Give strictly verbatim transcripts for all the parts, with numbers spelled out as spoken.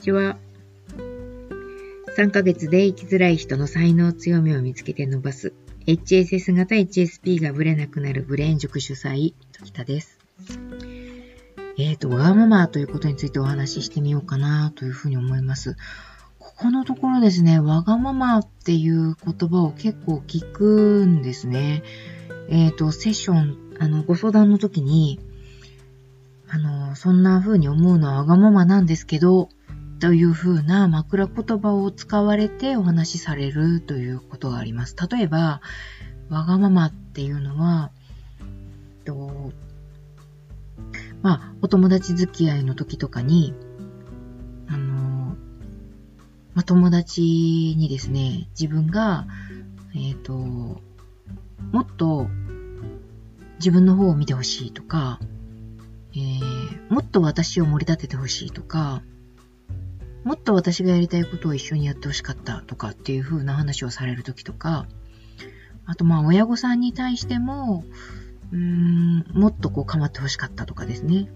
ちは。さんかげつで生きづらい人の才能強みを見つけて伸ばす エイチエスエス 型 エイチエスピー がブレなくなるブレーン塾主催時田です。えーと、わがままということについてお話ししてみようかなというふうに思います。ここのところですね、わがままっていう言葉を結構聞くんですね。えーと、セッション、あの、ご相談の時に、あの、そんな風に思うのはわがままなんですけど、という風な枕言葉を使われてお話しされるということがあります。例えば、わがままっていうのは、とまあ、お友達付き合いの時とかに、あの、まあ、友達にですね、自分が、えっと、もっと自分の方を見てほしいとか、えー、もっと私を盛り立ててほしいとか、もっと私がやりたいことを一緒にやってほしかったとかっていう風な話をされるときとか、あとまあ親御さんに対しても、うーん、もっとこう構ってほしかったとかですね。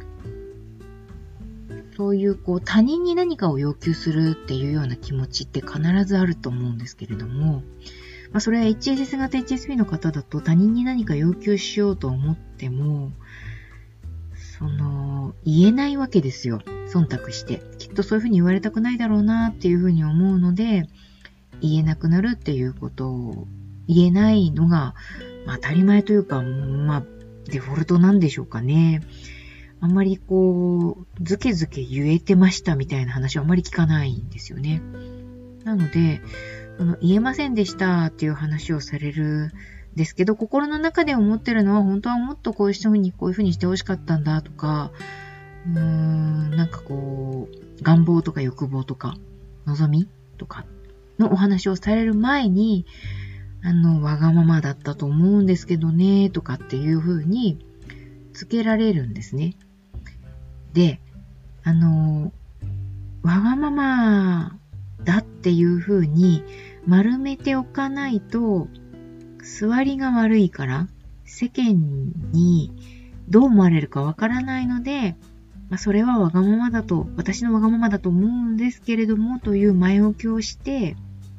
そういうこう他人に何かを要求するっていうような気持ちって必ずあると思うんですけれども、まあそれは エイチエスエス 型 エイチエスピー の方だと他人に何か要求しようと思っても、その、言えないわけですよ。忖度して。きっとそういうふうに言われたくないだろうなっていうふうに思うので、言えなくなるっていうことを言えないのが、まあ、当たり前というか、まあ、デフォルトなんでしょうかね。あんまりこう、ずけずけ言えてましたみたいな話はあんまり聞かないんですよね。なので、その言えませんでしたっていう話をされるですけど、心の中で思ってるのは本当はもっとこういう風にこういう風にしてほしかったんだとか、うーん、なんかこう願望とか欲望とか望みとかのお話をされる前に、あのわがままだったと思うんですけどねとかっていう風につけられるんですね。で、あのわがままだっていう風に丸めておかないと座りが悪いから、世間にどう思われるかわからないので、まあ、それはわがままだと、私のわがままだと思うんですけれども、という前置きをして、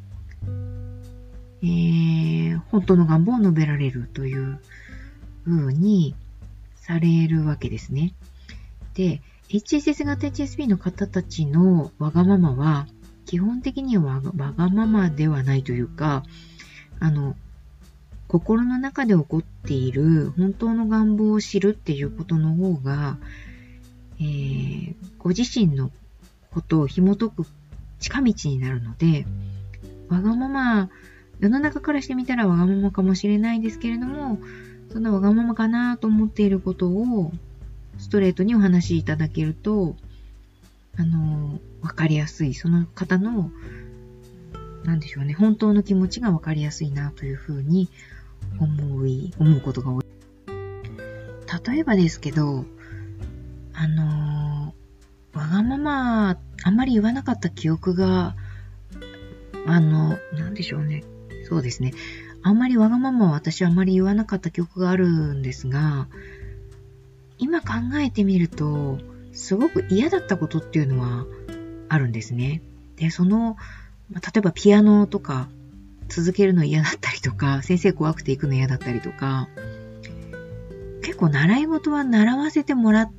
えー、本当の願望を述べられるという風にされるわけですね。で、エイチエスエス 型 エイチエスピー の方たちのわがままは、基本的にはわが、わがままではないというか、あの、心の中で起こっている本当の願望を知るっていうことの方が、えー、ご自身のことを紐解く近道になるので、わがまま、世の中からしてみたらわがままかもしれないですけれども、そんなわがままかなと思っていることをストレートにお話しいただけると、あの、わかりやすい、その方の、なんでしょうね、本当の気持ちがわかりやすいなというふうに思い、思うことが多い。例えばですけど、あのー、わがまま、あんまり言わなかった記憶が、あの、なんでしょうね。そうですね。あんまりわがままは私はあんまり言わなかった記憶があるんですが、今考えてみると、すごく嫌だったことっていうのはあるんですね。で、その、例えばピアノとか続けるの嫌だったりとか、先生怖くて行くの嫌だったりとか、結構習い事は習わせてもらって、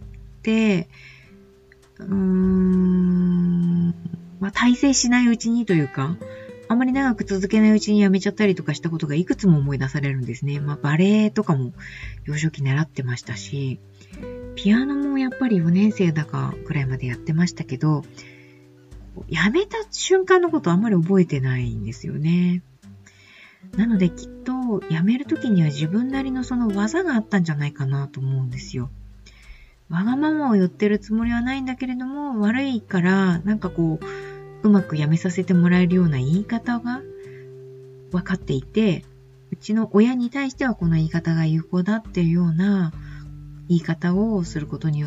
うーん、まあ大成しないうちにというか、あまり長く続けないうちにやめちゃったりとかしたことがいくつも思い出されるんですね。まあバレエとかも幼少期習ってましたし、ピアノもやっぱりよねん生だかくらいまでやってましたけど、やめた瞬間のことあんまり覚えてないんですよね。なのできっとやめるときには自分なりのその技があったんじゃないかなと思うんですよ。わがままを言ってるつもりはないんだけれども、悪いからなんかこううまくやめさせてもらえるような言い方が分かっていて、うちの親に対してはこの言い方が有効だっていうような言い方をすることによって、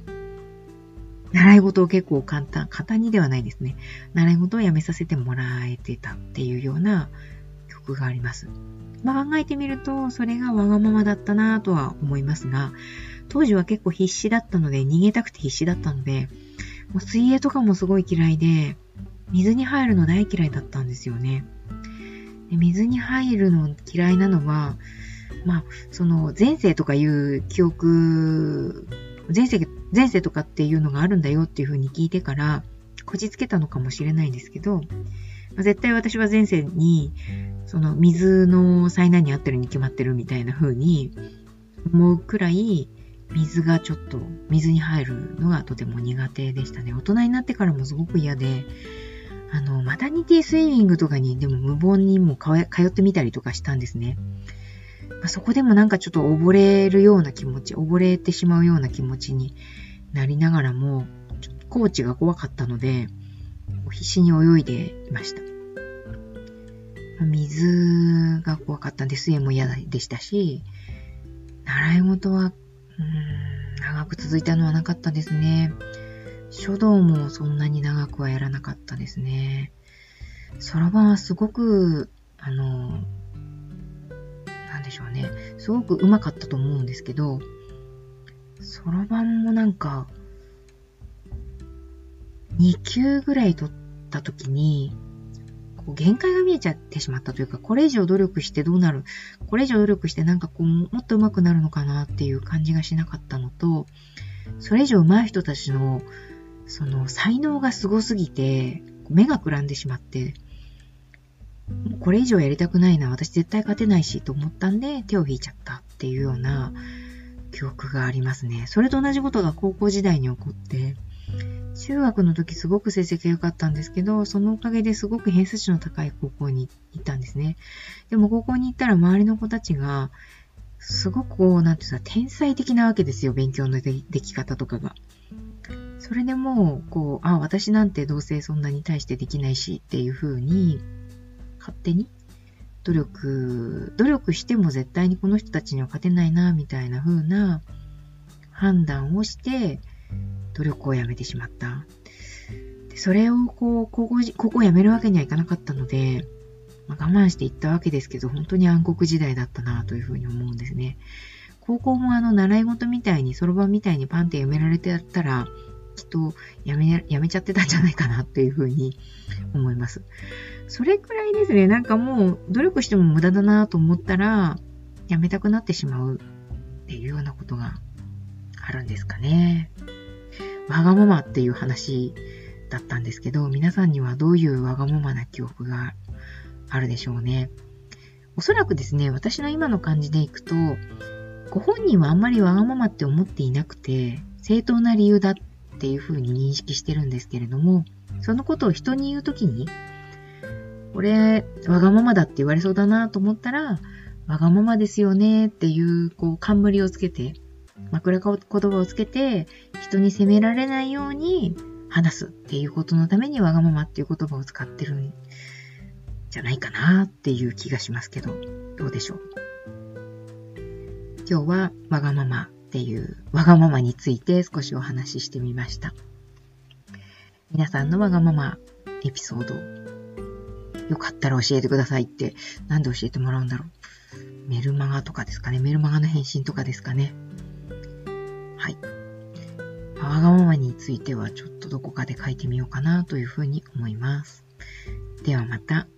習い事を結構簡単、簡単にではないですね。習い事をやめさせてもらえてたっていうような曲があります。まあ考えてみると、それがわがままだったなぁとは思いますが、当時は結構必死だったので、逃げたくて必死だったので、 もう水泳とかもすごい嫌いで、水に入るの大嫌いだったんですよね。で水に入るの嫌いなのは、まあ、その前世とかいう記憶、前世、前世とかっていうのがあるんだよっていう風に聞いてから、こじつけたのかもしれないんですけど、まあ、絶対私は前世に、その水の災難に遭ってるに決まってるみたいな風に思うくらい、水がちょっと、水に入るのがとても苦手でしたね。大人になってからもすごく嫌で、あの、マタニティスイミングとかにでも無謀にも通ってみたりとかしたんですね。まあ、そこでもなんかちょっと溺れるような気持ち、溺れてしまうような気持ちになりながらも、ちょっとコーチが怖かったので、必死に泳いでいました。水が怖かったんで、水泳も嫌でしたし、習い事は、うーん、長く続いたのはなかったですね。書道もそんなに長くはやらなかったですね。そろばんはすごく、あの、なんでしょうね。すごく上手かったと思うんですけど、そろばんもなんか、にきゅうぐらい取った時に、こう限界が見えちゃってしまったというか、これ以上努力してどうなる、これ以上努力してなんかこう、もっと上手くなるのかなっていう感じがしなかったのと、それ以上上手い人たちの、その才能がすごすぎて、目がくらんでしまって、これ以上やりたくないな、私絶対勝てないしと思ったんで手を引いちゃったっていうような記憶がありますね。それと同じことが高校時代に起こって、中学の時すごく成績が良かったんですけど、そのおかげですごく偏差値の高い高校に行ったんですね。でも高校に行ったら周りの子たちが、すごくこう、なんていうか、天才的なわけですよ、勉強のででき方とかが。それでもう、こう、あ、私なんてどうせそんなに大してできないしっていう風に、勝手に努力、努力しても絶対にこの人たちには勝てないな、みたいな風な判断をして、努力をやめてしまった。でそれをこう、高校、高校をやめるわけにはいかなかったので、まあ、我慢していったわけですけど、本当に暗黒時代だったなというふうに思うんですね。高校もあの、習い事みたいに、そろばんみたいにパンってやめられてやったら、きっとやめ、やめちゃってたんじゃないかなっていうふうに思います。それくらいですね、なんかもう努力しても無駄だなと思ったら、やめたくなってしまうっていうようなことがあるんですかね。わがままっていう話だったんですけど、皆さんにはどういうわがままな記憶があるでしょうね。おそらくですね、私の今の感じでいくと、ご本人はあんまりわがままって思っていなくて、正当な理由だっていうふうに認識してるんですけれども、そのことを人に言うときに、これ、わがままだって言われそうだなと思ったら、わがままですよねっていう、こう、冠をつけて、枕言葉をつけて、人に責められないように話すっていうことのためにわがままっていう言葉を使ってるんじゃないかなっていう気がしますけど、どうでしょう。今日はわがままっていうわがままについて少しお話ししてみました。皆さんのわがままエピソード、よかったら教えてくださいって、なんで教えてもらうんだろう。メルマガとかですかね。メルマガの返信とかですかね。はい。わがままについてはちょっとどこかで書いてみようかなというふうに思います。ではまた。